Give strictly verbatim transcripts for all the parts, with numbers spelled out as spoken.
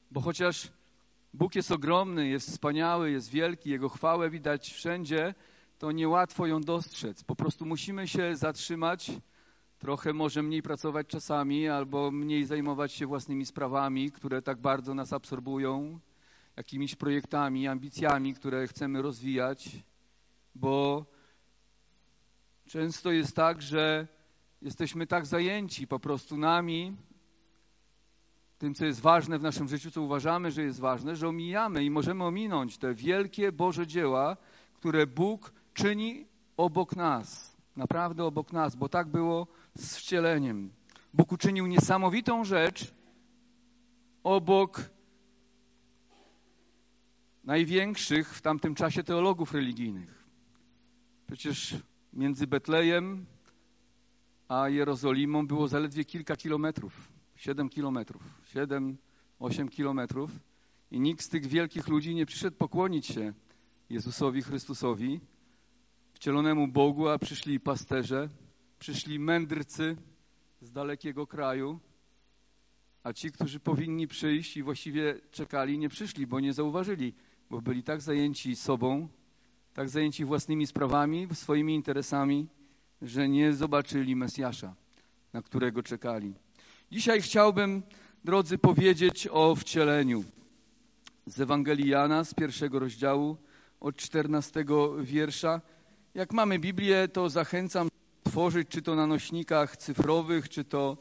Bo chociaż Bóg jest ogromny, jest wspaniały, jest wielki, Jego chwałę widać wszędzie, to niełatwo ją dostrzec. Po prostu musimy się zatrzymać, trochę może mniej pracować czasami, albo mniej zajmować się własnymi sprawami, które tak bardzo nas absorbują, jakimiś projektami, ambicjami, które chcemy rozwijać, bo często jest tak, że jesteśmy tak zajęci po prostu nami, tym, co jest ważne w naszym życiu, co uważamy, że jest ważne, że omijamy i możemy ominąć te wielkie Boże dzieła, które Bóg czyni obok nas, naprawdę obok nas, bo tak było z wcieleniem. Bóg uczynił niesamowitą rzecz obok największych w tamtym czasie teologów religijnych. Przecież między Betlejem a Jerozolimą było zaledwie kilka kilometrów, siedem kilometrów, siedem, osiem kilometrów i nikt z tych wielkich ludzi nie przyszedł pokłonić się Jezusowi Chrystusowi, wcielonemu Bogu, a przyszli pasterze, przyszli mędrcy z dalekiego kraju, a ci, którzy powinni przyjść i właściwie czekali, nie przyszli, bo nie zauważyli, bo byli tak zajęci sobą, tak zajęci własnymi sprawami, swoimi interesami, że nie zobaczyli Mesjasza, na którego czekali. Dzisiaj chciałbym, drodzy, powiedzieć o wcieleniu. Z Ewangelii Jana, z pierwszego rozdziału, od czternastego wiersza. Jak mamy Biblię, to zachęcam tworzyć, czy to na nośnikach cyfrowych, czy to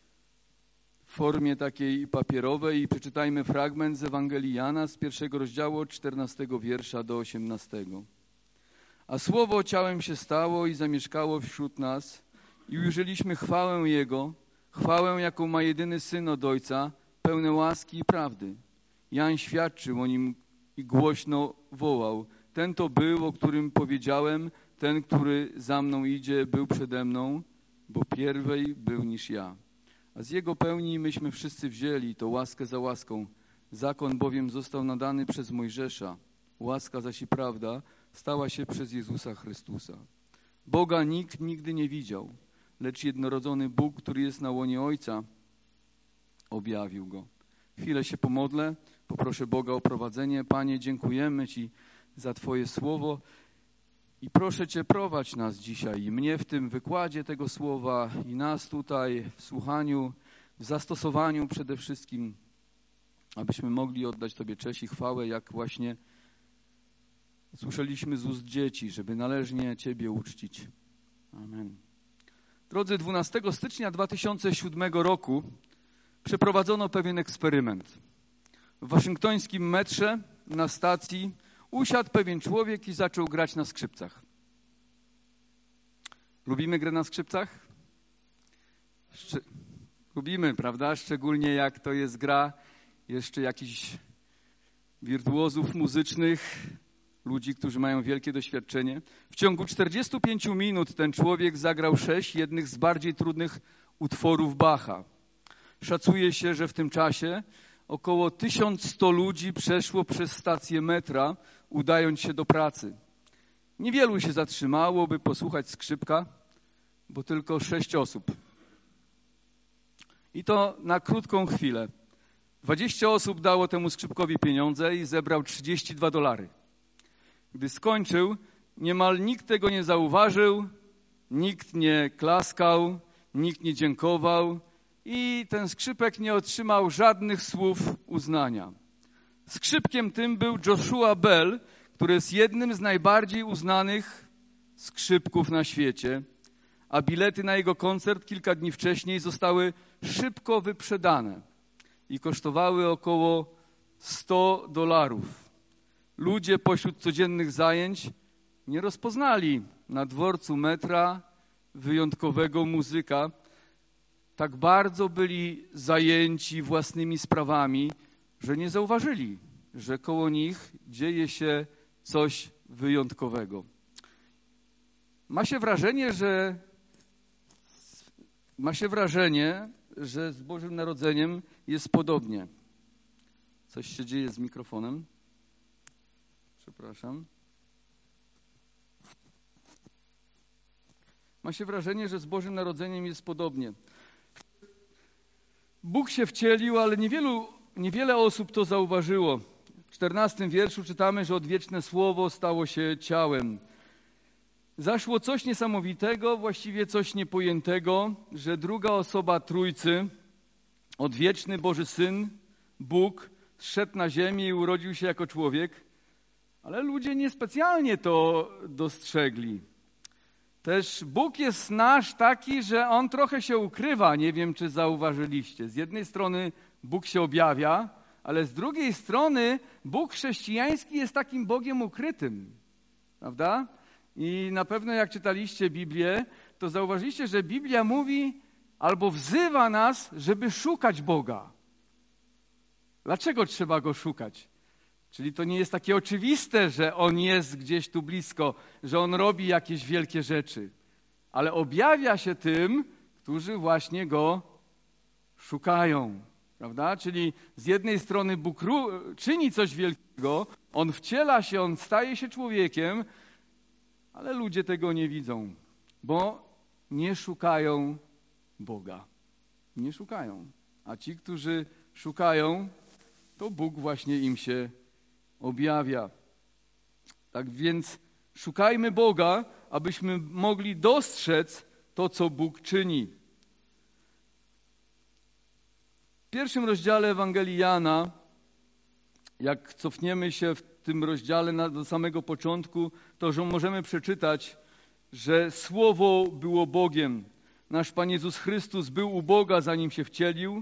w formie takiej papierowej i przeczytajmy fragment z Ewangelii Jana, z pierwszego rozdziału, od czternastego wiersza do osiemnastego. A Słowo ciałem się stało i zamieszkało wśród nas i ujrzeliśmy chwałę Jego, chwałę, jaką ma jedyny Syn od Ojca, pełne łaski i prawdy. Jan świadczył o Nim i głośno wołał. Ten to był, o którym powiedziałem, ten, który za mną idzie, był przede mną, bo pierwej był niż ja. A z Jego pełni myśmy wszyscy wzięli to łaskę za łaską. Zakon bowiem został nadany przez Mojżesza. Łaska zaś i prawda stała się przez Jezusa Chrystusa. Boga nikt nigdy nie widział, lecz jednorodzony Bóg, który jest na łonie Ojca, objawił Go. Chwilę się pomodlę, poproszę Boga o prowadzenie. Panie, dziękujemy Ci za Twoje słowo i proszę Cię, prowadź nas dzisiaj i mnie w tym wykładzie tego słowa i nas tutaj w słuchaniu, w zastosowaniu przede wszystkim, abyśmy mogli oddać Tobie cześć i chwałę, jak właśnie słyszeliśmy z ust dzieci, żeby należnie Ciebie uczcić. Amen. Drodzy, dwunastego stycznia dwa tysiące siódmego roku przeprowadzono pewien eksperyment. W waszyngtońskim metrze na stacji usiadł pewien człowiek i zaczął grać na skrzypcach. Lubimy grę na skrzypcach? Szczy... Lubimy, prawda? Szczególnie jak to jest gra jeszcze jakichś wirtuozów muzycznych, ludzi, którzy mają wielkie doświadczenie. W ciągu czterdziestu pięciu minut ten człowiek zagrał sześć jednych z bardziej trudnych utworów Bacha. Szacuje się, że w tym czasie około tysiąc sto ludzi przeszło przez stację metra, udając się do pracy. Niewielu się zatrzymało, by posłuchać skrzypka, bo tylko sześć osób. I to na krótką chwilę. dwadzieścia osób dało temu skrzypkowi pieniądze i zebrał trzydzieści dwa dolary. Gdy skończył, niemal nikt tego nie zauważył, nikt nie klaskał, nikt nie dziękował i ten skrzypek nie otrzymał żadnych słów uznania. Skrzypkiem tym był Joshua Bell, który jest jednym z najbardziej uznanych skrzypków na świecie, a bilety na jego koncert kilka dni wcześniej zostały szybko wyprzedane i kosztowały około sto dolarów. Ludzie pośród codziennych zajęć nie rozpoznali na dworcu metra wyjątkowego muzyka. Tak bardzo byli zajęci własnymi sprawami, że nie zauważyli, że koło nich dzieje się coś wyjątkowego. Ma się wrażenie, że ma się wrażenie, że z Bożym Narodzeniem jest podobnie. Coś się dzieje z mikrofonem. Przepraszam. Ma się wrażenie, że z Bożym Narodzeniem jest podobnie. Bóg się wcielił, ale niewielu niewiele osób to zauważyło. W czternastym wierszu czytamy, że odwieczne słowo stało się ciałem. Zaszło coś niesamowitego, właściwie coś niepojętego, że druga osoba Trójcy, odwieczny Boży Syn, Bóg, zszedł na ziemię i urodził się jako człowiek, ale ludzie niespecjalnie to dostrzegli. Też Bóg jest nasz taki, że On trochę się ukrywa, nie wiem czy zauważyliście. Z jednej strony Bóg się objawia, ale z drugiej strony Bóg chrześcijański jest takim Bogiem ukrytym, prawda? I na pewno jak czytaliście Biblię, to zauważyliście, że Biblia mówi albo wzywa nas, żeby szukać Boga. Dlaczego trzeba Go szukać? Czyli to nie jest takie oczywiste, że On jest gdzieś tu blisko, że On robi jakieś wielkie rzeczy, ale objawia się tym, którzy właśnie Go szukają, prawda? Czyli z jednej strony Bóg czyni coś wielkiego, On wciela się, On staje się człowiekiem, ale ludzie tego nie widzą, bo nie szukają Boga. Nie szukają. A ci, którzy szukają, to Bóg właśnie im się objawia. Tak więc szukajmy Boga, abyśmy mogli dostrzec to, co Bóg czyni. W pierwszym rozdziale Ewangelii Jana, jak cofniemy się w tym rozdziale do samego początku, to że możemy przeczytać, że Słowo było Bogiem. Nasz Pan Jezus Chrystus był u Boga, zanim się wcielił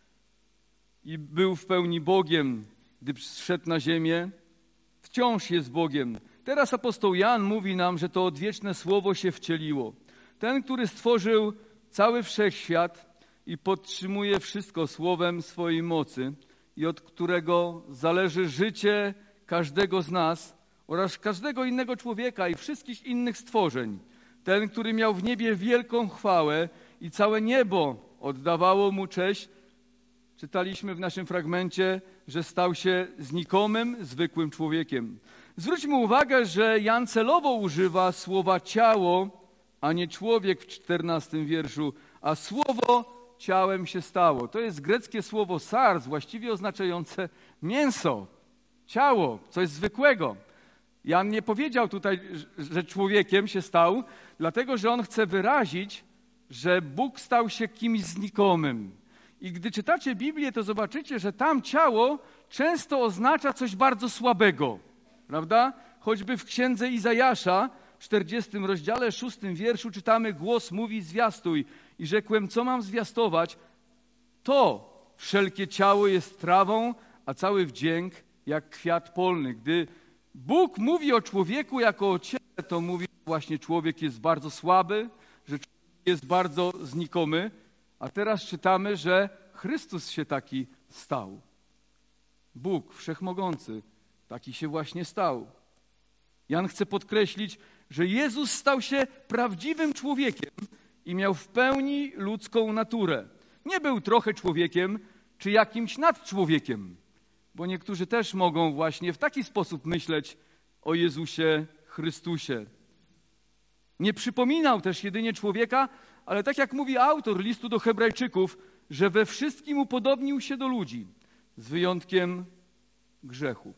i był w pełni Bogiem, gdy przyszedł na ziemię. Wciąż jest Bogiem. Teraz apostoł Jan mówi nam, że to odwieczne Słowo się wcieliło. Ten, który stworzył cały wszechświat i podtrzymuje wszystko słowem swojej mocy i od którego zależy życie każdego z nas oraz każdego innego człowieka i wszystkich innych stworzeń. Ten, który miał w niebie wielką chwałę i całe niebo oddawało mu cześć. Czytaliśmy w naszym fragmencie, że stał się znikomym, zwykłym człowiekiem. Zwróćmy uwagę, że Jan celowo używa słowa ciało, a nie człowiek w czternastym wierszu, a słowo ciałem się stało. To jest greckie słowo sars, właściwie oznaczające mięso, ciało, coś zwykłego. Jan nie powiedział tutaj, że człowiekiem się stał, dlatego że on chce wyrazić, że Bóg stał się kimś znikomym. I gdy czytacie Biblię, to zobaczycie, że tam ciało często oznacza coś bardzo słabego, prawda? Choćby w księdze Izajasza, w czterdziestym rozdziale, szóstym wierszu czytamy: głos mówi zwiastuj. I rzekłem, co mam zwiastować? To wszelkie ciało jest trawą, a cały wdzięk jak kwiat polny. Gdy Bóg mówi o człowieku jako o ciele, to mówi, że właśnie człowiek jest bardzo słaby, że człowiek jest bardzo znikomy, a teraz czytamy, że Chrystus się taki stał. Bóg Wszechmogący taki się właśnie stał. Jan chce podkreślić, że Jezus stał się prawdziwym człowiekiem i miał w pełni ludzką naturę. Nie był trochę człowiekiem, czy jakimś nadczłowiekiem, bo niektórzy też mogą właśnie w taki sposób myśleć o Jezusie Chrystusie. Nie przypominał też jedynie człowieka, ale tak jak mówi autor listu do Hebrajczyków, że we wszystkim upodobnił się do ludzi, z wyjątkiem grzechu.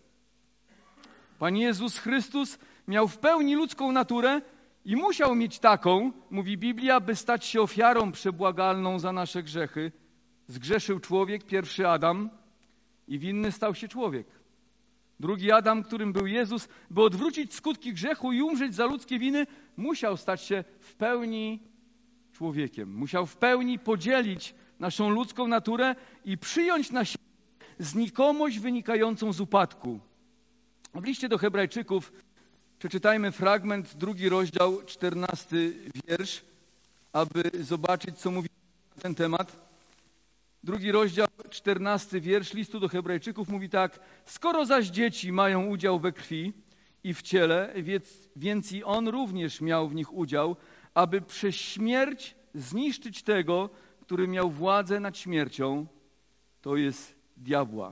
Pan Jezus Chrystus miał w pełni ludzką naturę i musiał mieć taką, mówi Biblia, by stać się ofiarą przebłagalną za nasze grzechy. Zgrzeszył człowiek, pierwszy Adam, i winny stał się człowiek. Drugi Adam, którym był Jezus, by odwrócić skutki grzechu i umrzeć za ludzkie winy, musiał stać się w pełni człowiekiem. Musiał w pełni podzielić naszą ludzką naturę i przyjąć na siebie znikomość wynikającą z upadku. W liście do Hebrajczyków przeczytajmy fragment, drugi rozdział, czternasty wiersz, aby zobaczyć, co mówi na ten temat. Drugi rozdział, czternasty wiersz listu do Hebrajczyków mówi tak: skoro zaś dzieci mają udział we krwi i w ciele, więc, więc i on również miał w nich udział, aby przez śmierć zniszczyć tego, który miał władzę nad śmiercią, to jest diabła.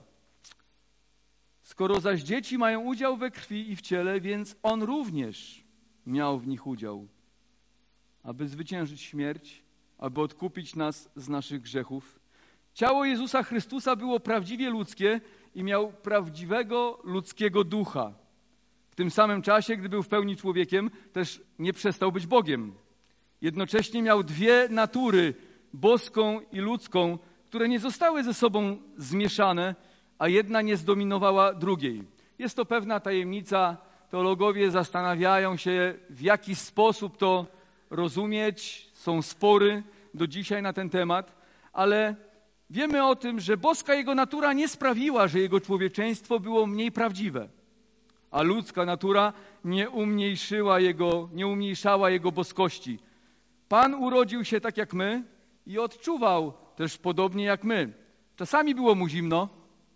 Skoro zaś dzieci mają udział we krwi i w ciele, więc on również miał w nich udział, aby zwyciężyć śmierć, aby odkupić nas z naszych grzechów Ciało Jezusa Chrystusa było prawdziwie ludzkie i miał prawdziwego ludzkiego ducha. W tym samym czasie, gdy był w pełni człowiekiem, też nie przestał być Bogiem. Jednocześnie miał dwie natury, boską i ludzką, które nie zostały ze sobą zmieszane, a jedna nie zdominowała drugiej. Jest to pewna tajemnica. Teologowie zastanawiają się, w jaki sposób to rozumieć. Są spory do dzisiaj na ten temat, ale wiemy o tym, że boska jego natura nie sprawiła, że jego człowieczeństwo było mniej prawdziwe, a ludzka natura nie umniejszyła jego, nie umniejszała jego boskości. Pan urodził się tak jak my i odczuwał też podobnie jak my. Czasami było mu zimno,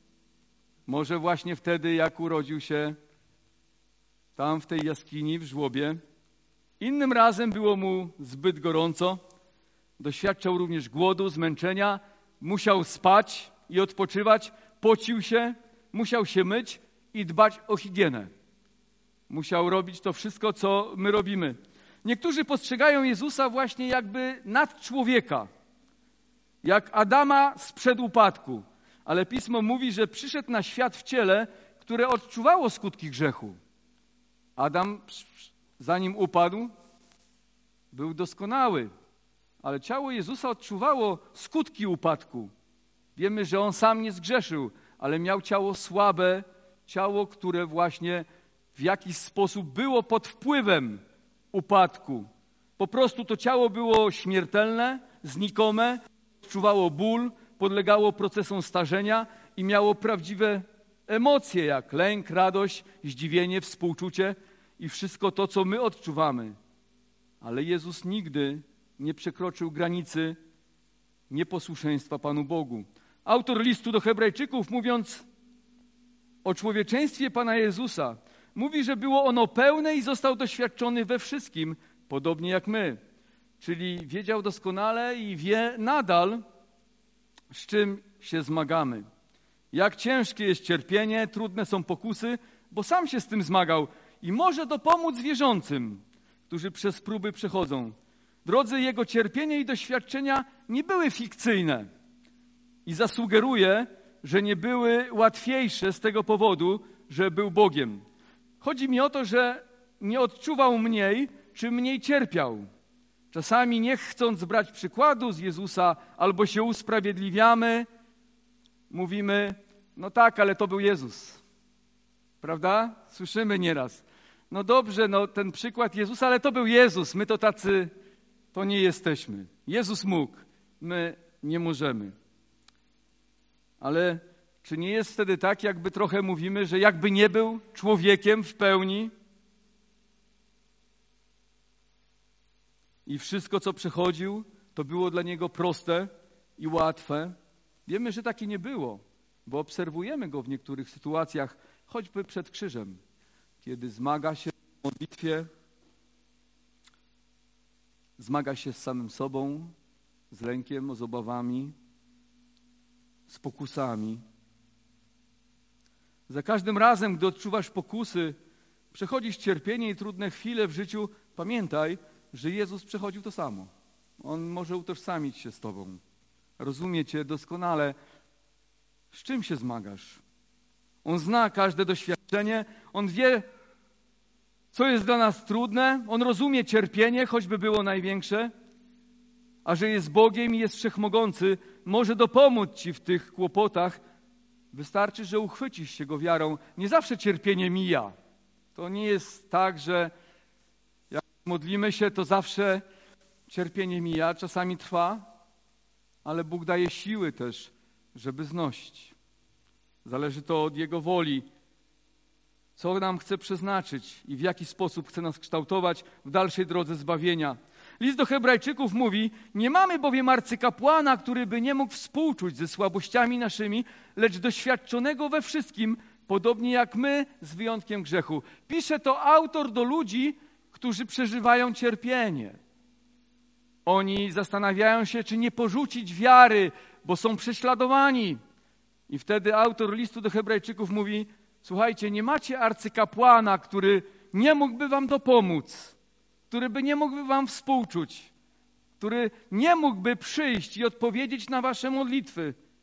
może właśnie wtedy, jak urodził się tam w tej jaskini, w żłobie. Innym razem było mu zbyt gorąco. Doświadczał również głodu, zmęczenia. Musiał spać i odpoczywać. Pocił się, musiał się myć i dbać o higienę. Musiał robić to wszystko, co my robimy. Niektórzy postrzegają Jezusa właśnie jakby nad człowieka, jak Adama sprzed upadku. Ale Pismo mówi, że przyszedł na świat w ciele, które odczuwało skutki grzechu. Adam, zanim upadł, był doskonały, ale ciało Jezusa odczuwało skutki upadku. Wiemy, że On sam nie zgrzeszył, ale miał ciało słabe, ciało, które właśnie w jakiś sposób było pod wpływem upadku. Po prostu to ciało było śmiertelne, znikome, odczuwało ból, podlegało procesom starzenia i miało prawdziwe emocje, jak lęk, radość, zdziwienie, współczucie i wszystko to, co my odczuwamy. Ale Jezus nigdy nie przekroczył granicy nieposłuszeństwa Panu Bogu. Autor listu do Hebrajczyków, mówiąc o człowieczeństwie Pana Jezusa, mówi, że było ono pełne i został doświadczony we wszystkim, podobnie jak my. Czyli wiedział doskonale i wie nadal, z czym się zmagamy. Jak ciężkie jest cierpienie, trudne są pokusy, bo sam się z tym zmagał i może dopomóc wierzącym, którzy przez próby przechodzą. Drodzy, jego cierpienie i doświadczenia nie były fikcyjne i zasugeruję, że nie były łatwiejsze z tego powodu, że był Bogiem. Chodzi mi o to, że nie odczuwał mniej, czy mniej cierpiał. Czasami nie chcąc brać przykładu z Jezusa albo się usprawiedliwiamy, mówimy, no tak, ale to był Jezus. Prawda? Słyszymy nieraz. No dobrze, no ten przykład Jezusa, ale to był Jezus. My to tacy, to nie jesteśmy. Jezus mógł, my nie możemy. Ale czy nie jest wtedy tak, jakby trochę mówimy, że jakby nie był człowiekiem w pełni i wszystko, co przechodził, to było dla niego proste i łatwe? Wiemy, że takie nie było, bo obserwujemy go w niektórych sytuacjach, choćby przed krzyżem, kiedy zmaga się w modlitwie, zmaga się z samym sobą, z lękiem, z obawami, z pokusami. Za każdym razem, gdy odczuwasz pokusy, przechodzisz cierpienie i trudne chwile w życiu, pamiętaj, że Jezus przechodził to samo. On może utożsamić się z tobą. Rozumie cię doskonale, z czym się zmagasz. On zna każde doświadczenie, On wie, co jest dla nas trudne, On rozumie cierpienie, choćby było największe, a że jest Bogiem i jest wszechmogący, może dopomóc ci w tych kłopotach. Wystarczy, że uchwycisz się Go wiarą. Nie zawsze cierpienie mija. To nie jest tak, że jak modlimy się, to zawsze cierpienie mija, czasami trwa, ale Bóg daje siły też, żeby znosić. Zależy to od Jego woli, co nam chce przeznaczyć i w jaki sposób chce nas kształtować w dalszej drodze zbawienia. List do Hebrajczyków mówi, nie mamy bowiem arcykapłana, który by nie mógł współczuć ze słabościami naszymi, lecz doświadczonego we wszystkim, podobnie jak my, z wyjątkiem grzechu. Pisze to autor do ludzi, którzy przeżywają cierpienie. Oni zastanawiają się, czy nie porzucić wiary, bo są prześladowani. I wtedy autor listu do Hebrajczyków mówi, słuchajcie, nie macie arcykapłana, który nie mógłby wam dopomóc, który by nie mógłby wam współczuć, który nie mógłby przyjść i odpowiedzieć na wasze modlitwy.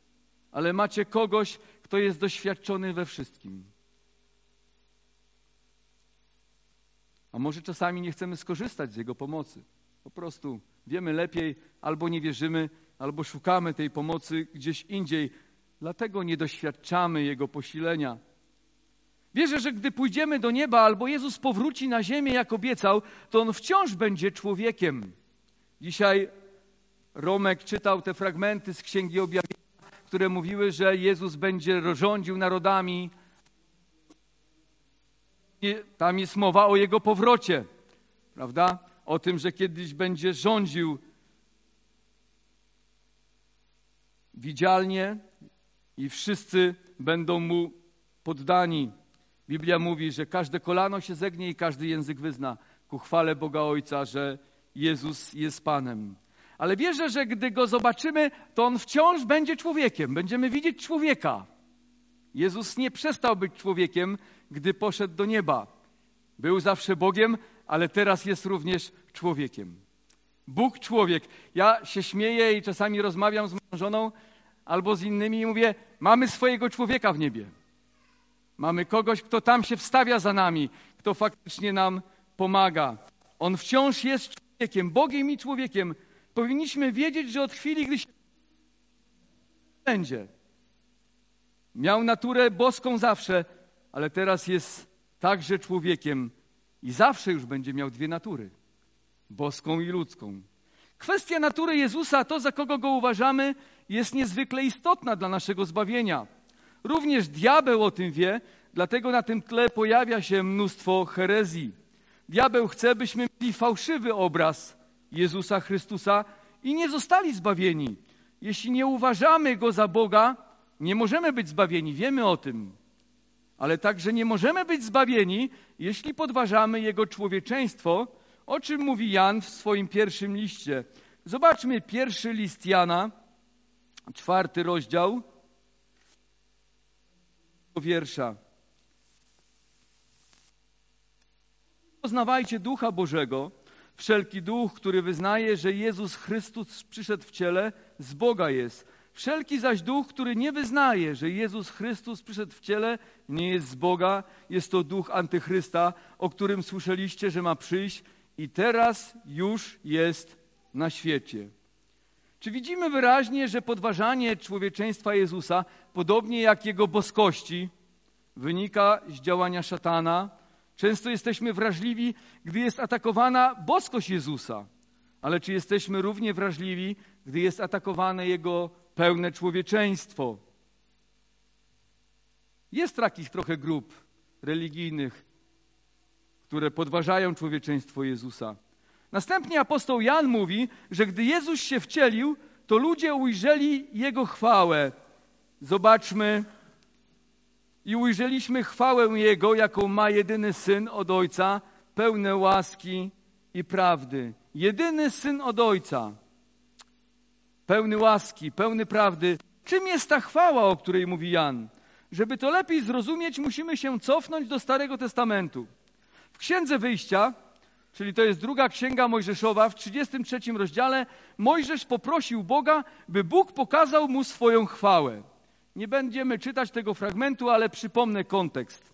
ale macie kogoś, kto jest doświadczony we wszystkim. A może czasami nie chcemy skorzystać z Jego pomocy. Po prostu wiemy lepiej, albo nie wierzymy, albo szukamy tej pomocy gdzieś indziej. Dlatego nie doświadczamy Jego posilenia. Wierzę, że gdy pójdziemy do nieba, albo Jezus powróci na ziemię, jak obiecał, to On wciąż będzie człowiekiem. Dzisiaj Romek czytał te fragmenty z Księgi Objawienia, które mówiły, że Jezus będzie rządził narodami. I tam jest mowa o Jego powrocie, prawda? O tym, że kiedyś będzie rządził widzialnie i wszyscy będą Mu poddani. Biblia mówi, że każde kolano się zegnie i każdy język wyzna ku chwale Boga Ojca, że Jezus jest Panem. Ale wierzę, że gdy Go zobaczymy, to On wciąż będzie człowiekiem. Będziemy widzieć człowieka. Jezus nie przestał być człowiekiem, gdy poszedł do nieba. Był zawsze Bogiem, ale teraz jest również człowiekiem. Bóg, człowiek. Ja się śmieję i czasami rozmawiam z moją żoną albo z innymi i mówię, mamy swojego człowieka w niebie. Mamy kogoś, kto tam się wstawia za nami, kto faktycznie nam pomaga. On wciąż jest człowiekiem, Bogiem i człowiekiem. Powinniśmy wiedzieć, że od chwili, gdy się będzie, miał naturę boską zawsze, ale teraz jest także człowiekiem i zawsze już będzie miał dwie natury, boską i ludzką. Kwestia natury Jezusa, to za kogo Go uważamy, jest niezwykle istotna dla naszego zbawienia. Również diabeł o tym wie, dlatego na tym tle pojawia się mnóstwo herezji. Diabeł chce, byśmy mieli fałszywy obraz Jezusa Chrystusa i nie zostali zbawieni. Jeśli nie uważamy Go za Boga, nie możemy być zbawieni, wiemy o tym. Ale także nie możemy być zbawieni, jeśli podważamy Jego człowieczeństwo, o czym mówi Jan w swoim pierwszym liście. Zobaczmy pierwszy list Jana, czwarty rozdział, wiersza. Poznawajcie Ducha Bożego. Wszelki duch, który wyznaje, że Jezus Chrystus przyszedł w ciele, z Boga jest. Wszelki zaś duch, który nie wyznaje, że Jezus Chrystus przyszedł w ciele, nie jest z Boga. Jest to duch antychrysta, o którym słyszeliście, że ma przyjść i teraz już jest na świecie. Czy widzimy wyraźnie, że podważanie człowieczeństwa Jezusa, podobnie jak Jego boskości, wynika z działania szatana? Często jesteśmy wrażliwi, gdy jest atakowana boskość Jezusa. Ale czy jesteśmy równie wrażliwi, gdy jest atakowane Jego pełne człowieczeństwo? Jest takich trochę grup religijnych, które podważają człowieczeństwo Jezusa. Następnie apostoł Jan mówi, że gdy Jezus się wcielił, to ludzie ujrzeli Jego chwałę. Zobaczmy. I ujrzeliśmy chwałę Jego, jaką ma jedyny Syn od Ojca, pełne łaski i prawdy. Jedyny Syn od Ojca, pełny łaski, pełny prawdy. Czym jest ta chwała, o której mówi Jan? Żeby to lepiej zrozumieć, musimy się cofnąć do Starego Testamentu. W Księdze Wyjścia, czyli to jest druga księga Mojżeszowa, w trzydziestym trzecim rozdziale, Mojżesz poprosił Boga, by Bóg pokazał mu swoją chwałę. Nie będziemy czytać tego fragmentu, ale przypomnę kontekst.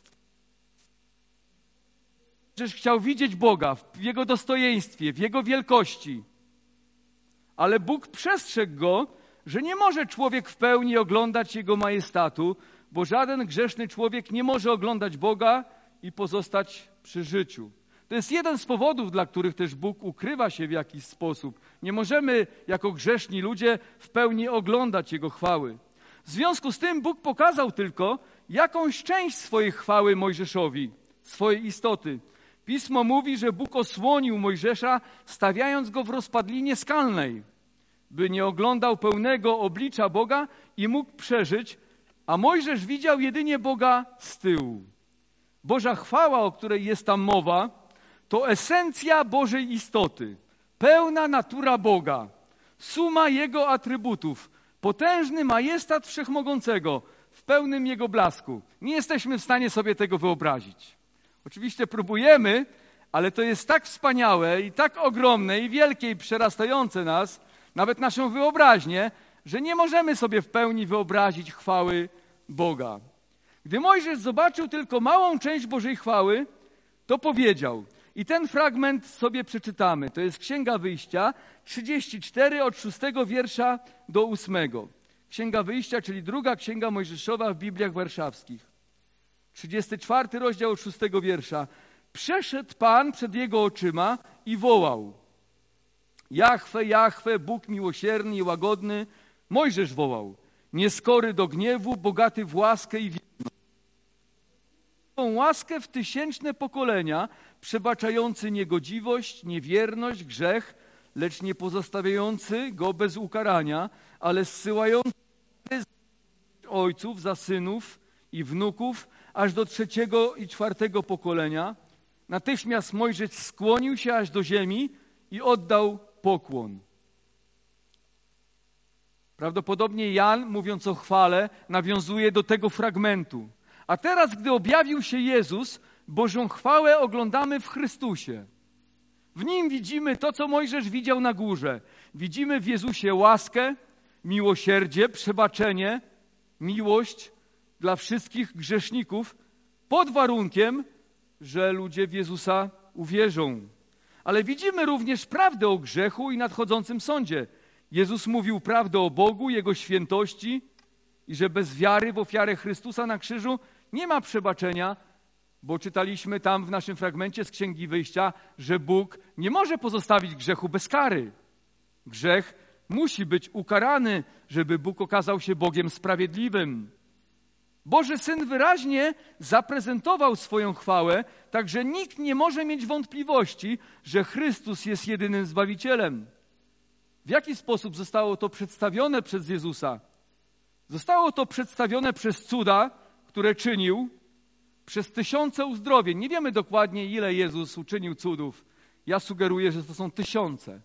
Mojżesz chciał widzieć Boga w Jego dostojeństwie, w Jego wielkości. Ale Bóg przestrzegł go, że nie może człowiek w pełni oglądać Jego majestatu, bo żaden grzeszny człowiek nie może oglądać Boga i pozostać przy życiu. To jest jeden z powodów, dla których też Bóg ukrywa się w jakiś sposób. Nie możemy jako grzeszni ludzie w pełni oglądać Jego chwały. W związku z tym Bóg pokazał tylko jakąś część swojej chwały Mojżeszowi, swojej istoty. Pismo mówi, że Bóg osłonił Mojżesza, stawiając go w rozpadlinie skalnej, by nie oglądał pełnego oblicza Boga i mógł przeżyć, a Mojżesz widział jedynie Boga z tyłu. Boża chwała, o której jest tam mowa, to esencja Bożej istoty, pełna natura Boga, suma Jego atrybutów, potężny majestat Wszechmogącego w pełnym Jego blasku. Nie jesteśmy w stanie sobie tego wyobrazić. Oczywiście próbujemy, ale to jest tak wspaniałe i tak ogromne i wielkie i przerastające nas, nawet naszą wyobraźnię, że nie możemy sobie w pełni wyobrazić chwały Boga. Gdy Mojżesz zobaczył tylko małą część Bożej chwały, to powiedział, i ten fragment sobie przeczytamy, to jest Księga Wyjścia, trzydzieści cztery, od szóstego wiersza do ósmego. Księga Wyjścia, czyli druga Księga Mojżeszowa w Bibliach warszawskich. trzydziesty czwarty rozdział od szóstego wiersza. Przeszedł Pan przed jego oczyma i wołał. Jahwe, Jahwe, Bóg miłosierny i łagodny. Mojżesz wołał. Nieskory do gniewu, bogaty w łaskę i wierność. Tą łaskę w tysięczne pokolenia, przebaczający niegodziwość, niewierność, grzech, lecz nie pozostawiający go bez ukarania, ale zsyłający ojców za synów i wnuków, aż do trzeciego i czwartego pokolenia. Natychmiast Mojżesz skłonił się aż do ziemi i oddał pokłon. Prawdopodobnie Jan, mówiąc o chwale, nawiązuje do tego fragmentu. A teraz, gdy objawił się Jezus, Bożą chwałę oglądamy w Chrystusie. W Nim widzimy to, co Mojżesz widział na górze. Widzimy w Jezusie łaskę, miłosierdzie, przebaczenie, miłość dla wszystkich grzeszników, pod warunkiem, że ludzie w Jezusa uwierzą. Ale widzimy również prawdę o grzechu i nadchodzącym sądzie. Jezus mówił prawdę o Bogu, Jego świętości i że bez wiary w ofiarę Chrystusa na krzyżu nie ma przebaczenia, bo czytaliśmy tam w naszym fragmencie z Księgi Wyjścia, że Bóg nie może pozostawić grzechu bez kary. Grzech musi być ukarany, żeby Bóg okazał się Bogiem sprawiedliwym. Boży Syn wyraźnie zaprezentował swoją chwałę, tak że nikt nie może mieć wątpliwości, że Chrystus jest jedynym Zbawicielem. W jaki sposób zostało to przedstawione przez Jezusa? Zostało to przedstawione przez cuda, które czynił, przez tysiące uzdrowień. Nie wiemy dokładnie, ile Jezus uczynił cudów. Ja sugeruję, że to są tysiące.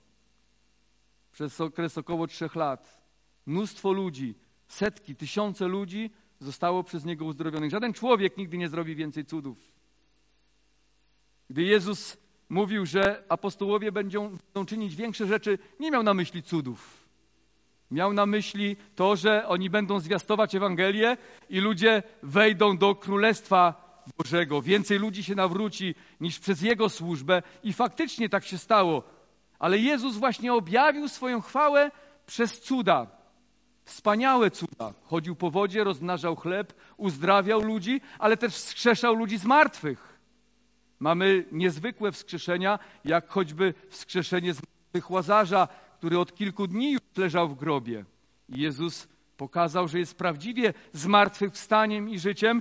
Przez okres około trzech lat. Mnóstwo ludzi, setki, tysiące ludzi zostało przez Niego uzdrowionych. Żaden człowiek nigdy nie zrobi więcej cudów. Gdy Jezus mówił, że apostołowie będą, będą czynić większe rzeczy, nie miał na myśli cudów. Miał na myśli to, że oni będą zwiastować Ewangelię i ludzie wejdą do Królestwa Bożego. Więcej ludzi się nawróci niż przez Jego służbę i faktycznie tak się stało. Ale Jezus właśnie objawił swoją chwałę przez cuda. Wspaniałe cuda. Chodził po wodzie, rozmnażał chleb, uzdrawiał ludzi, ale też wskrzeszał ludzi z martwych. Mamy niezwykłe wskrzeszenia, jak choćby wskrzeszenie z martwych Łazarza, który od kilku dni już leżał w grobie. I Jezus pokazał, że jest prawdziwie zmartwychwstaniem i życiem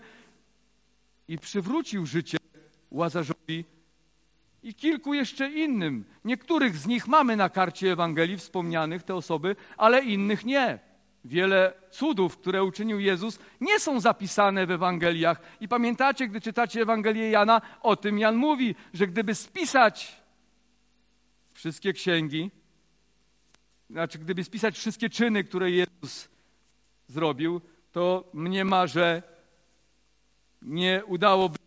i przywrócił życie Łazarzowi i kilku jeszcze innym. Niektórych z nich mamy na karcie Ewangelii wspomnianych, te osoby, ale innych nie. Wiele cudów, które uczynił Jezus, nie są zapisane w Ewangeliach. I pamiętacie, gdy czytacie Ewangelię Jana, o tym Jan mówi, że gdyby spisać wszystkie księgi, znaczy gdyby spisać wszystkie czyny, które Jezus zrobił, to mniema, że nie udałoby,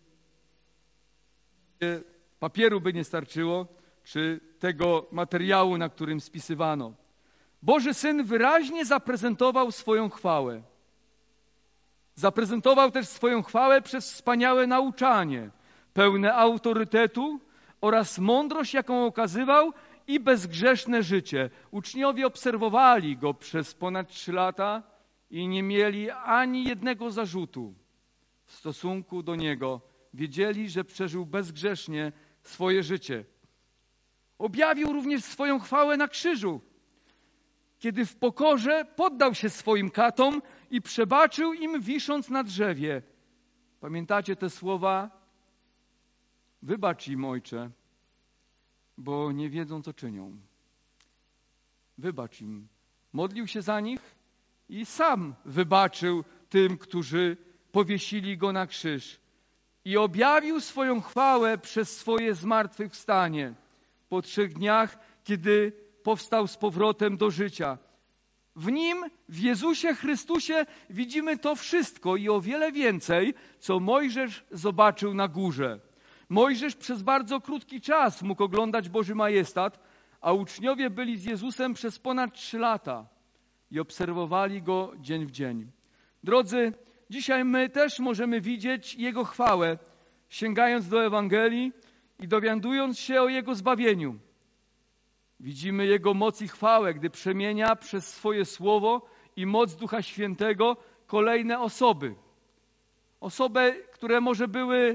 papieru by nie starczyło, czy tego materiału, na którym spisywano. Boży Syn wyraźnie zaprezentował swoją chwałę. Zaprezentował też swoją chwałę przez wspaniałe nauczanie, pełne autorytetu oraz mądrość, jaką okazywał, i bezgrzeszne życie. Uczniowie obserwowali Go przez ponad trzy lata i nie mieli ani jednego zarzutu w stosunku do Niego. Wiedzieli, że przeżył bezgrzesznie swoje życie. Objawił również swoją chwałę na krzyżu, kiedy w pokorze poddał się swoim katom i przebaczył im, wisząc na drzewie. Pamiętacie te słowa? Wybacz im, Ojcze, bo nie wiedzą, co czynią. Wybacz im. Modlił się za nich i sam wybaczył tym, którzy powiesili Go na krzyż. I objawił swoją chwałę przez swoje zmartwychwstanie po trzech dniach, kiedy powstał z powrotem do życia. W Nim, w Jezusie Chrystusie widzimy to wszystko i o wiele więcej, co Mojżesz zobaczył na górze. Mojżesz przez bardzo krótki czas mógł oglądać Boży majestat, a uczniowie byli z Jezusem przez ponad trzy lata. i obserwowali Go dzień w dzień. Drodzy, dzisiaj my też możemy widzieć Jego chwałę, sięgając do Ewangelii i dowiadując się o Jego zbawieniu. Widzimy Jego moc i chwałę, gdy przemienia przez swoje słowo i moc Ducha Świętego kolejne osoby. Osoby, które może były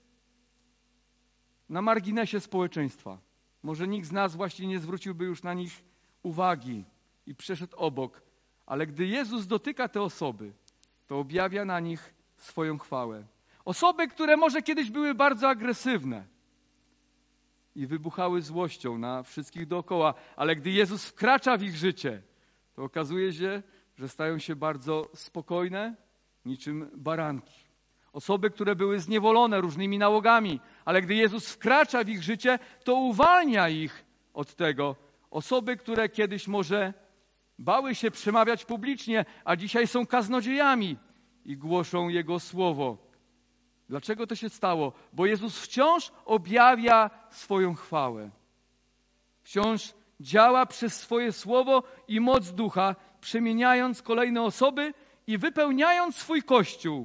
na marginesie społeczeństwa. Może nikt z nas właśnie nie zwróciłby już na nich uwagi i przeszedł obok. Ale gdy Jezus dotyka te osoby, to objawia na nich swoją chwałę. Osoby, które może kiedyś były bardzo agresywne i wybuchały złością na wszystkich dookoła, ale gdy Jezus wkracza w ich życie, to okazuje się, że stają się bardzo spokojne, niczym baranki. Osoby, które były zniewolone różnymi nałogami, ale gdy Jezus wkracza w ich życie, to uwalnia ich od tego. Osoby, które kiedyś może bały się przemawiać publicznie, a dzisiaj są kaznodziejami i głoszą Jego słowo. Dlaczego to się stało? Bo Jezus wciąż objawia swoją chwałę. Wciąż działa przez swoje słowo i moc Ducha, przemieniając kolejne osoby i wypełniając swój Kościół,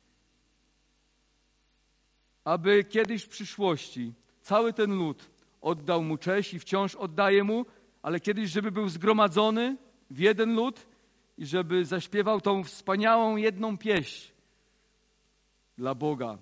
aby kiedyś w przyszłości cały ten lud oddał Mu cześć i wciąż oddaje Mu, ale kiedyś, żeby był zgromadzony w jeden lud i żeby zaśpiewał tą wspaniałą jedną pieśń dla Boga.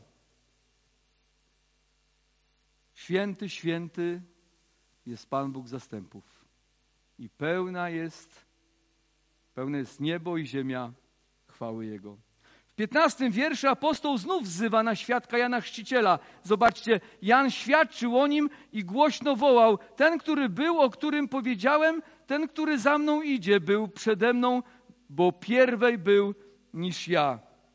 Święty, święty jest Pan Bóg zastępów i pełna jest, pełne jest niebo i ziemia chwały Jego. W piętnastym wierszu apostoł znów wzywa na świadka Jana Chrzciciela. Zobaczcie, Jan świadczył o nim i głośno wołał: ten, który był, o którym powiedziałem, ten, który za mną idzie, był przede mną, bo pierwej był niż ja.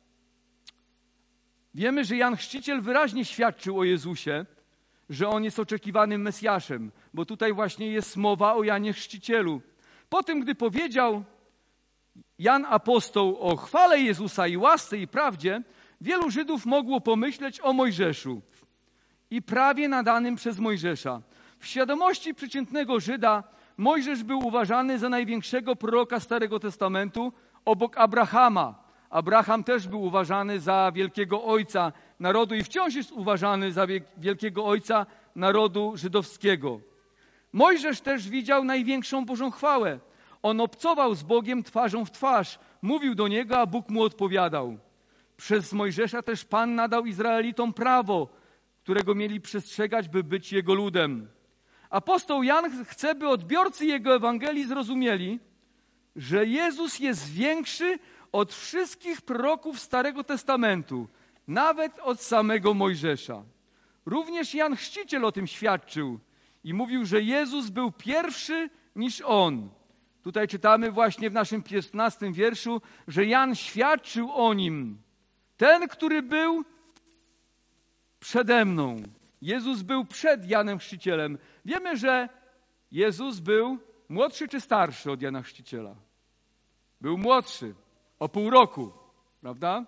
Wiemy, że Jan Chrzciciel wyraźnie świadczył o Jezusie, że On jest oczekiwanym Mesjaszem, bo tutaj właśnie jest mowa o Janie Chrzcicielu. Po tym, gdy powiedział Jan apostoł o chwale Jezusa i łasce i prawdzie, wielu Żydów mogło pomyśleć o Mojżeszu i prawie nadanym przez Mojżesza. W świadomości przeciętnego Żyda Mojżesz był uważany za największego proroka Starego Testamentu obok Abrahama. Abraham też był uważany za wielkiego ojca narodu i wciąż jest uważany za wielkiego ojca narodu żydowskiego. Mojżesz też widział największą Bożą chwałę. On obcował z Bogiem twarzą w twarz, mówił do Niego, a Bóg mu odpowiadał. Przez Mojżesza też Pan nadał Izraelitom prawo, którego mieli przestrzegać, by być Jego ludem. Apostoł Jan chce, by odbiorcy Jego Ewangelii zrozumieli, że Jezus jest większy od wszystkich proroków Starego Testamentu, nawet od samego Mojżesza. Również Jan Chrzciciel o tym świadczył i mówił, że Jezus był pierwszy niż On. Tutaj czytamy właśnie w naszym piętnastym wierszu, że Jan świadczył o Nim. Ten, który był przede mną. Jezus był przed Janem Chrzcicielem. Wiemy, że Jezus był młodszy czy starszy od Jana Chrzciciela? Był młodszy, o pół roku, prawda?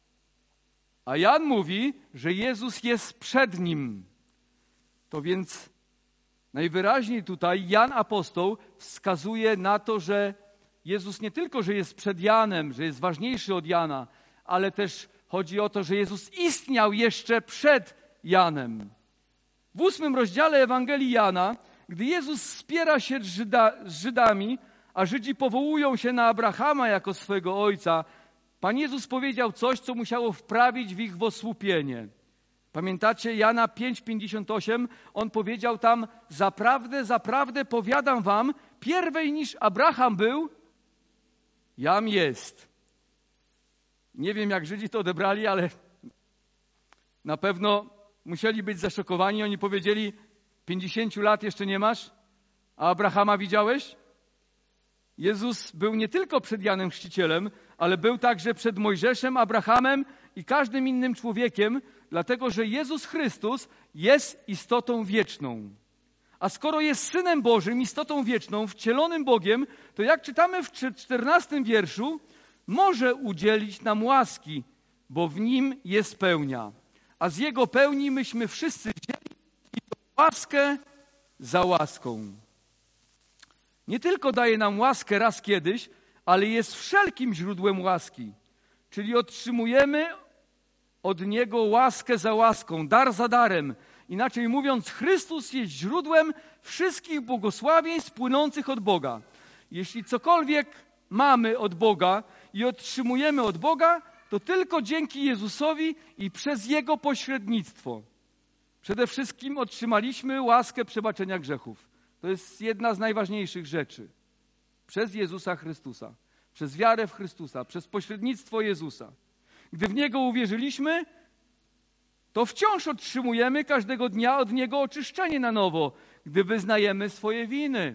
A Jan mówi, że Jezus jest przed Nim. To więc najwyraźniej tutaj Jan apostoł wskazuje na to, że Jezus nie tylko, że jest przed Janem, że jest ważniejszy od Jana, ale też chodzi o to, że Jezus istniał jeszcze przed Janem. W ósmym rozdziale Ewangelii Jana, gdy Jezus spiera się z, Żyda, z Żydami, a Żydzi powołują się na Abrahama jako swego ojca, Pan Jezus powiedział coś, co musiało wprawić w ich w osłupienie. Pamiętacie Jana pięć pięćdziesiąt osiem? On powiedział tam: zaprawdę, zaprawdę powiadam wam, pierwej niż Abraham był, jam jest. Nie wiem, jak Żydzi to odebrali, ale na pewno musieli być zaszokowani. Oni powiedzieli: pięćdziesięciu lat jeszcze nie masz, a Abrahama widziałeś? Jezus był nie tylko przed Janem Chrzcicielem, ale był także przed Mojżeszem, Abrahamem i każdym innym człowiekiem, dlatego że Jezus Chrystus jest istotą wieczną. A skoro jest Synem Bożym, istotą wieczną, wcielonym Bogiem, to jak czytamy w czternastym wierszu, może udzielić nam łaski, bo w Nim jest pełnia. A z Jego pełni myśmy wszyscy wzięli i to łaskę za łaską. Nie tylko daje nam łaskę raz kiedyś, ale jest wszelkim źródłem łaski. Czyli otrzymujemy od Niego łaskę za łaską, dar za darem. Inaczej mówiąc, Chrystus jest źródłem wszystkich błogosławieństw płynących od Boga. Jeśli cokolwiek mamy od Boga i otrzymujemy od Boga, to tylko dzięki Jezusowi i przez Jego pośrednictwo. Przede wszystkim otrzymaliśmy łaskę przebaczenia grzechów. To jest jedna z najważniejszych rzeczy. Przez Jezusa Chrystusa, przez wiarę w Chrystusa, przez pośrednictwo Jezusa. Gdy w Niego uwierzyliśmy, to wciąż otrzymujemy każdego dnia od Niego oczyszczenie na nowo, gdy wyznajemy swoje winy.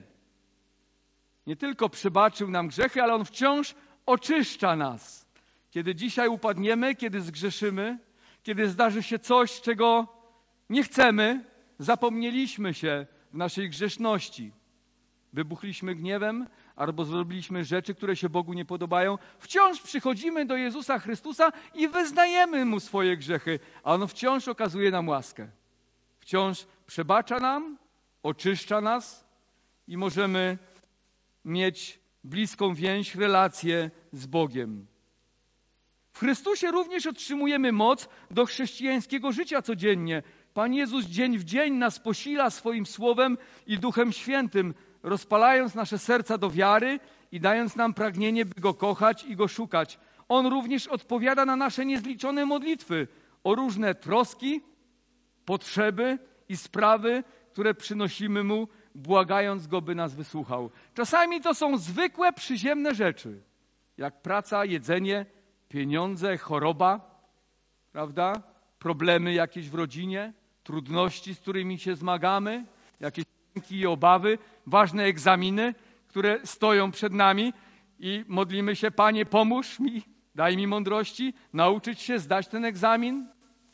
Nie tylko przebaczył nam grzechy, ale On wciąż oczyszcza nas. Kiedy dzisiaj upadniemy, kiedy zgrzeszymy, kiedy zdarzy się coś, czego nie chcemy, zapomnieliśmy się w naszej grzeszności. Wybuchliśmy gniewem, albo zrobiliśmy rzeczy, które się Bogu nie podobają. Wciąż przychodzimy do Jezusa Chrystusa i wyznajemy Mu swoje grzechy, a On wciąż okazuje nam łaskę. Wciąż przebacza nam, oczyszcza nas i możemy mieć bliską więź, relację z Bogiem. W Chrystusie również otrzymujemy moc do chrześcijańskiego życia codziennie. Pan Jezus dzień w dzień nas posila swoim Słowem i Duchem Świętym, rozpalając nasze serca do wiary i dając nam pragnienie, by Go kochać i Go szukać. On również odpowiada na nasze niezliczone modlitwy o różne troski, potrzeby i sprawy, które przynosimy Mu, błagając Go, by nas wysłuchał. Czasami to są zwykłe, przyziemne rzeczy, jak praca, jedzenie, pieniądze, choroba, prawda? Problemy jakieś w rodzinie, trudności, z którymi się zmagamy, jakieś lęki i obawy, ważne egzaminy, które stoją przed nami i modlimy się: Panie, pomóż mi, daj mi mądrości, nauczyć się zdać ten egzamin.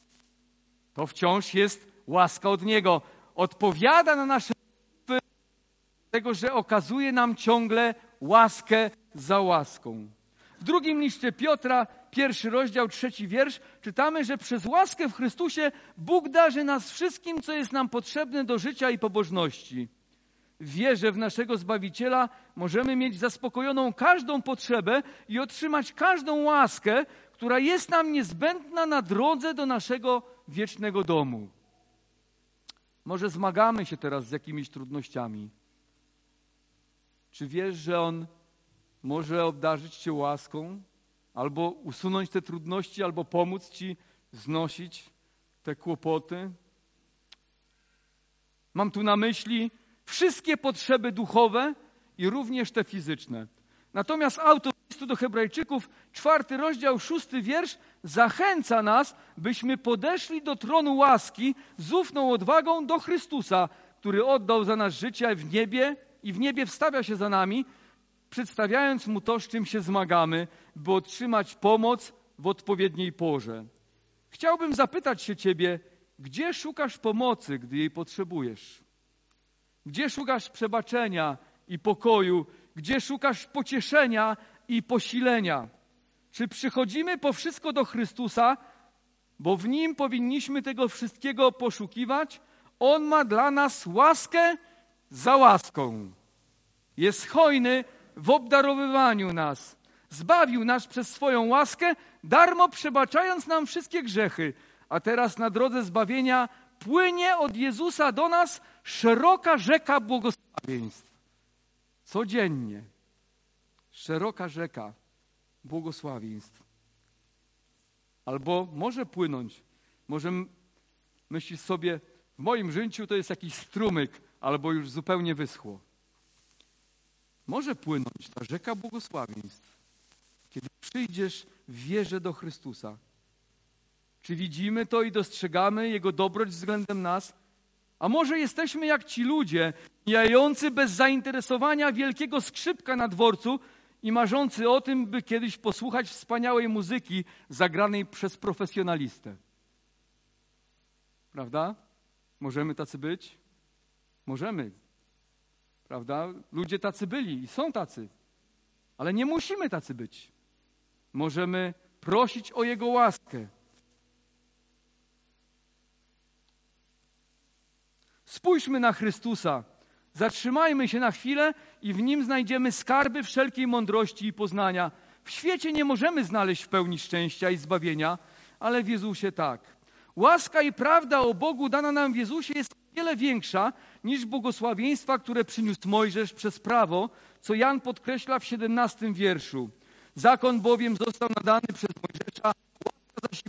To wciąż jest łaska od Niego. Odpowiada na nasze modlitwy, tego, że okazuje nam ciągle łaskę za łaską. W drugim liście Piotra, pierwszy rozdział, trzeci wiersz, czytamy, że przez łaskę w Chrystusie Bóg darzy nas wszystkim, co jest nam potrzebne do życia i pobożności. W wierze w naszego Zbawiciela możemy mieć zaspokojoną każdą potrzebę i otrzymać każdą łaskę, która jest nam niezbędna na drodze do naszego wiecznego domu. Może zmagamy się teraz z jakimiś trudnościami. Czy wiesz, że On może obdarzyć Cię łaską, albo usunąć te trudności, albo pomóc Ci znosić te kłopoty? Mam tu na myśli wszystkie potrzeby duchowe i również te fizyczne. Natomiast autor listu do Hebrajczyków, czwarty rozdział, szósty wiersz, zachęca nas, byśmy podeszli do tronu łaski z ufną odwagą do Chrystusa, który oddał za nas życie w niebie i w niebie wstawia się za nami, przedstawiając Mu to, z czym się zmagamy, by otrzymać pomoc w odpowiedniej porze. Chciałbym zapytać się Ciebie, gdzie szukasz pomocy, gdy jej potrzebujesz? Gdzie szukasz przebaczenia i pokoju? Gdzie szukasz pocieszenia i posilenia? Czy przychodzimy po wszystko do Chrystusa, bo w Nim powinniśmy tego wszystkiego poszukiwać? On ma dla nas łaskę za łaską. Jest hojny w obdarowywaniu nas. Zbawił nas przez swoją łaskę, darmo przebaczając nam wszystkie grzechy. A teraz na drodze zbawienia płynie od Jezusa do nas szeroka rzeka błogosławieństw. Codziennie. Szeroka rzeka błogosławieństw. Albo może płynąć. Może myślisz sobie, w moim życiu to jest jakiś strumyk, albo już zupełnie wyschło. Może płynąć ta rzeka błogosławieństw, kiedy przyjdziesz w wierze do Chrystusa. Czy widzimy to i dostrzegamy Jego dobroć względem nas? A może jesteśmy jak ci ludzie, mijający bez zainteresowania wielkiego skrzypka na dworcu i marzący o tym, by kiedyś posłuchać wspaniałej muzyki zagranej przez profesjonalistę. Prawda? Możemy tacy być? Możemy. Prawda? Ludzie tacy byli i są tacy. Ale nie musimy tacy być. Możemy prosić o Jego łaskę. Spójrzmy na Chrystusa. Zatrzymajmy się na chwilę i w nim znajdziemy skarby wszelkiej mądrości i poznania. W świecie nie możemy znaleźć w pełni szczęścia i zbawienia, ale w Jezusie tak. Łaska i prawda o Bogu dana nam w Jezusie jest o wiele większa niż błogosławieństwa, które przyniósł Mojżesz przez prawo, co Jan podkreśla w siedemnastym wierszu. Zakon bowiem został nadany przez Mojżesza, łaska zaś i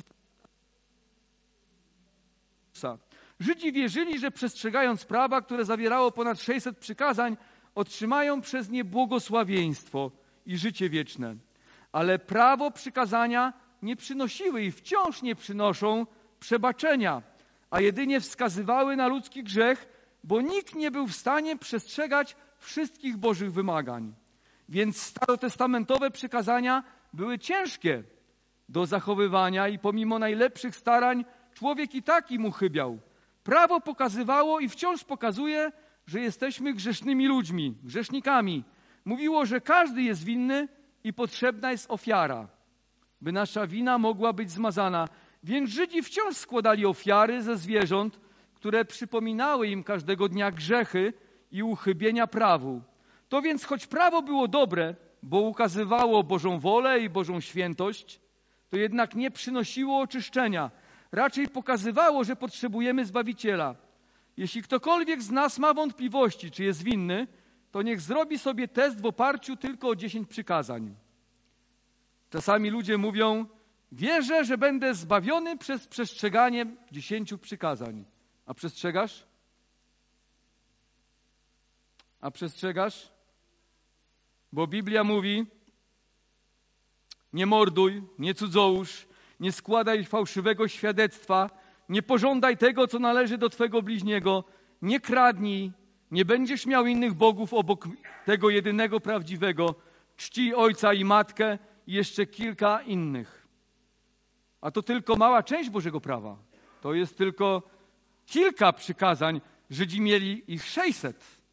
prawda. Żydzi wierzyli, że przestrzegając prawa, które zawierało ponad sześćset przykazań, otrzymają przez nie błogosławieństwo i życie wieczne. Ale prawo przykazania nie przynosiły i wciąż nie przynoszą przebaczenia, a jedynie wskazywały na ludzki grzech, bo nikt nie był w stanie przestrzegać wszystkich Bożych wymagań. Więc starotestamentowe przykazania były ciężkie do zachowywania i pomimo najlepszych starań człowiek i tak im uchybiał. Prawo pokazywało i wciąż pokazuje, że jesteśmy grzesznymi ludźmi, grzesznikami. Mówiło, że każdy jest winny i potrzebna jest ofiara, by nasza wina mogła być zmazana. Więc Żydzi wciąż składali ofiary ze zwierząt, które przypominały im każdego dnia grzechy i uchybienia prawu. To więc choć prawo było dobre, bo ukazywało Bożą wolę i Bożą świętość, to jednak nie przynosiło oczyszczenia. Raczej pokazywało, że potrzebujemy Zbawiciela. Jeśli ktokolwiek z nas ma wątpliwości, czy jest winny, to niech zrobi sobie test w oparciu tylko o dziesięć przykazań. Czasami ludzie mówią, wierzę, że będę zbawiony przez przestrzeganie dziesięciu przykazań. A przestrzegasz? A przestrzegasz? Bo Biblia mówi, nie morduj, nie cudzołóż, nie składaj fałszywego świadectwa, nie pożądaj tego, co należy do twego bliźniego, nie kradnij, nie będziesz miał innych bogów obok tego jedynego prawdziwego, czcij ojca i matkę i jeszcze kilka innych. A to tylko mała część Bożego prawa. To jest tylko kilka przykazań. Żydzi mieli ich sześćset.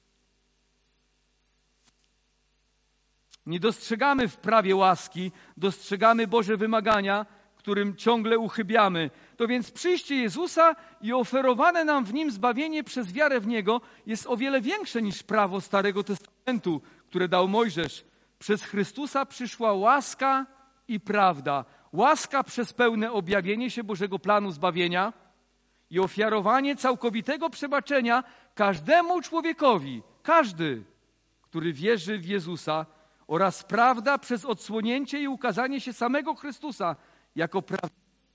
Nie dostrzegamy w prawie łaski, dostrzegamy Boże wymagania, którym ciągle uchybiamy. To więc przyjście Jezusa i oferowane nam w Nim zbawienie przez wiarę w Niego jest o wiele większe niż prawo Starego Testamentu, które dał Mojżesz. Przez Chrystusa przyszła łaska i prawda. Łaska przez pełne objawienie się Bożego planu zbawienia i ofiarowanie całkowitego przebaczenia każdemu człowiekowi, każdy, który wierzy w Jezusa, oraz prawda przez odsłonięcie i ukazanie się samego Chrystusa jako pra-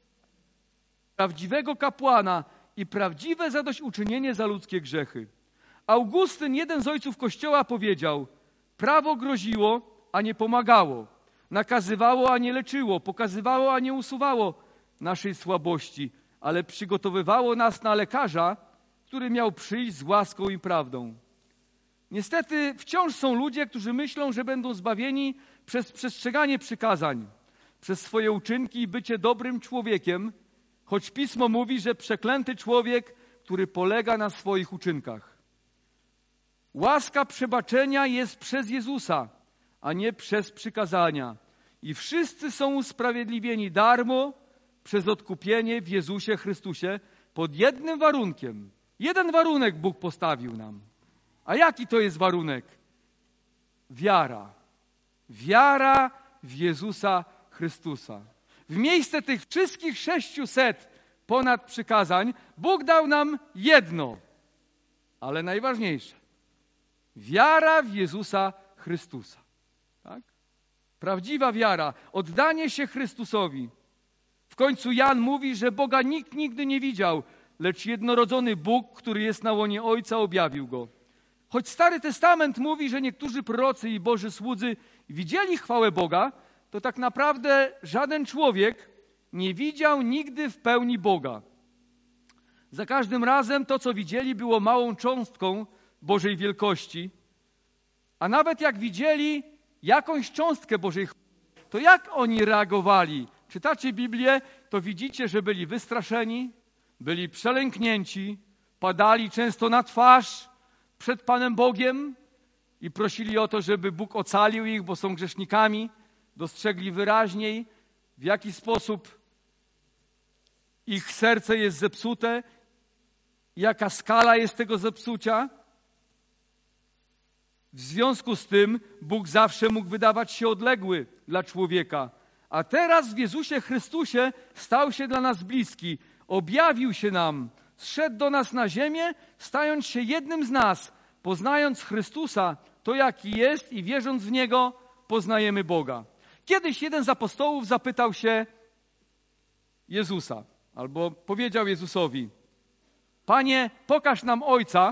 prawdziwego kapłana i prawdziwe zadośćuczynienie za ludzkie grzechy. Augustyn, jeden z ojców Kościoła, powiedział, prawo groziło, a nie pomagało, nakazywało, a nie leczyło, pokazywało, a nie usuwało naszej słabości, ale przygotowywało nas na lekarza, który miał przyjść z łaską i prawdą. Niestety wciąż są ludzie, którzy myślą, że będą zbawieni przez przestrzeganie przykazań, przez swoje uczynki i bycie dobrym człowiekiem, choć Pismo mówi, że przeklęty człowiek, który polega na swoich uczynkach. Łaska przebaczenia jest przez Jezusa, a nie przez przykazania. I wszyscy są usprawiedliwieni darmo przez odkupienie w Jezusie Chrystusie pod jednym warunkiem. Jeden warunek Bóg postawił nam. A jaki to jest warunek? Wiara. Wiara w Jezusa Chrystusa. W miejsce tych wszystkich sześciuset ponad przykazań Bóg dał nam jedno, ale najważniejsze. Wiara w Jezusa Chrystusa. Tak? Prawdziwa wiara, oddanie się Chrystusowi. W końcu Jan mówi, że Boga nikt nigdy nie widział, lecz jednorodzony Bóg, który jest na łonie Ojca, objawił Go. Choć Stary Testament mówi, że niektórzy prorocy i Boży słudzy widzieli chwałę Boga, to tak naprawdę żaden człowiek nie widział nigdy w pełni Boga. Za każdym razem to, co widzieli, było małą cząstką Bożej wielkości, a nawet jak widzieli jakąś cząstkę Bożej chwały, to jak oni reagowali? Czytacie Biblię, to widzicie, że byli wystraszeni, byli przelęknięci, padali często na twarz przed Panem Bogiem i prosili o to, żeby Bóg ocalił ich, bo są grzesznikami. Dostrzegli wyraźniej, w jaki sposób ich serce jest zepsute, jaka skala jest tego zepsucia. W związku z tym Bóg zawsze mógł wydawać się odległy dla człowieka. A teraz w Jezusie Chrystusie stał się dla nas bliski. Objawił się nam, zszedł do nas na ziemię, stając się jednym z nas. Poznając Chrystusa, to jaki jest i wierząc w Niego, poznajemy Boga. Kiedyś jeden z apostołów zapytał się Jezusa, albo powiedział Jezusowi: Panie, pokaż nam Ojca,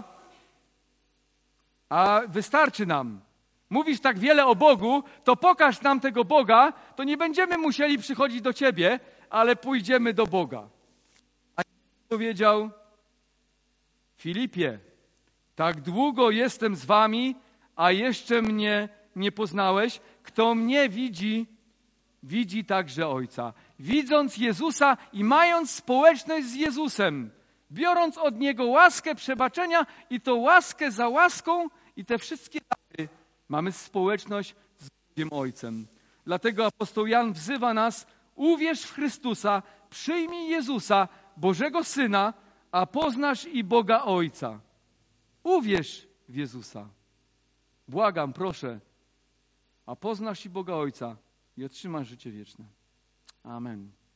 a wystarczy nam. Mówisz tak wiele o Bogu, to pokaż nam tego Boga, to nie będziemy musieli przychodzić do Ciebie, ale pójdziemy do Boga. A Jezus powiedział: Filipie, tak długo jestem z wami, a jeszcze mnie nie poznałeś. Kto mnie widzi, widzi także Ojca. Widząc Jezusa i mając społeczność z Jezusem, biorąc od Niego łaskę przebaczenia i to łaskę za łaską i te wszystkie dary, mamy społeczność z Bogiem Ojcem. Dlatego apostoł Jan wzywa nas: uwierz w Chrystusa, przyjmij Jezusa, Bożego Syna, a poznasz i Boga Ojca. Uwierz w Jezusa. Błagam, proszę, a poznasz i Boga Ojca i otrzymasz życie wieczne. Amen.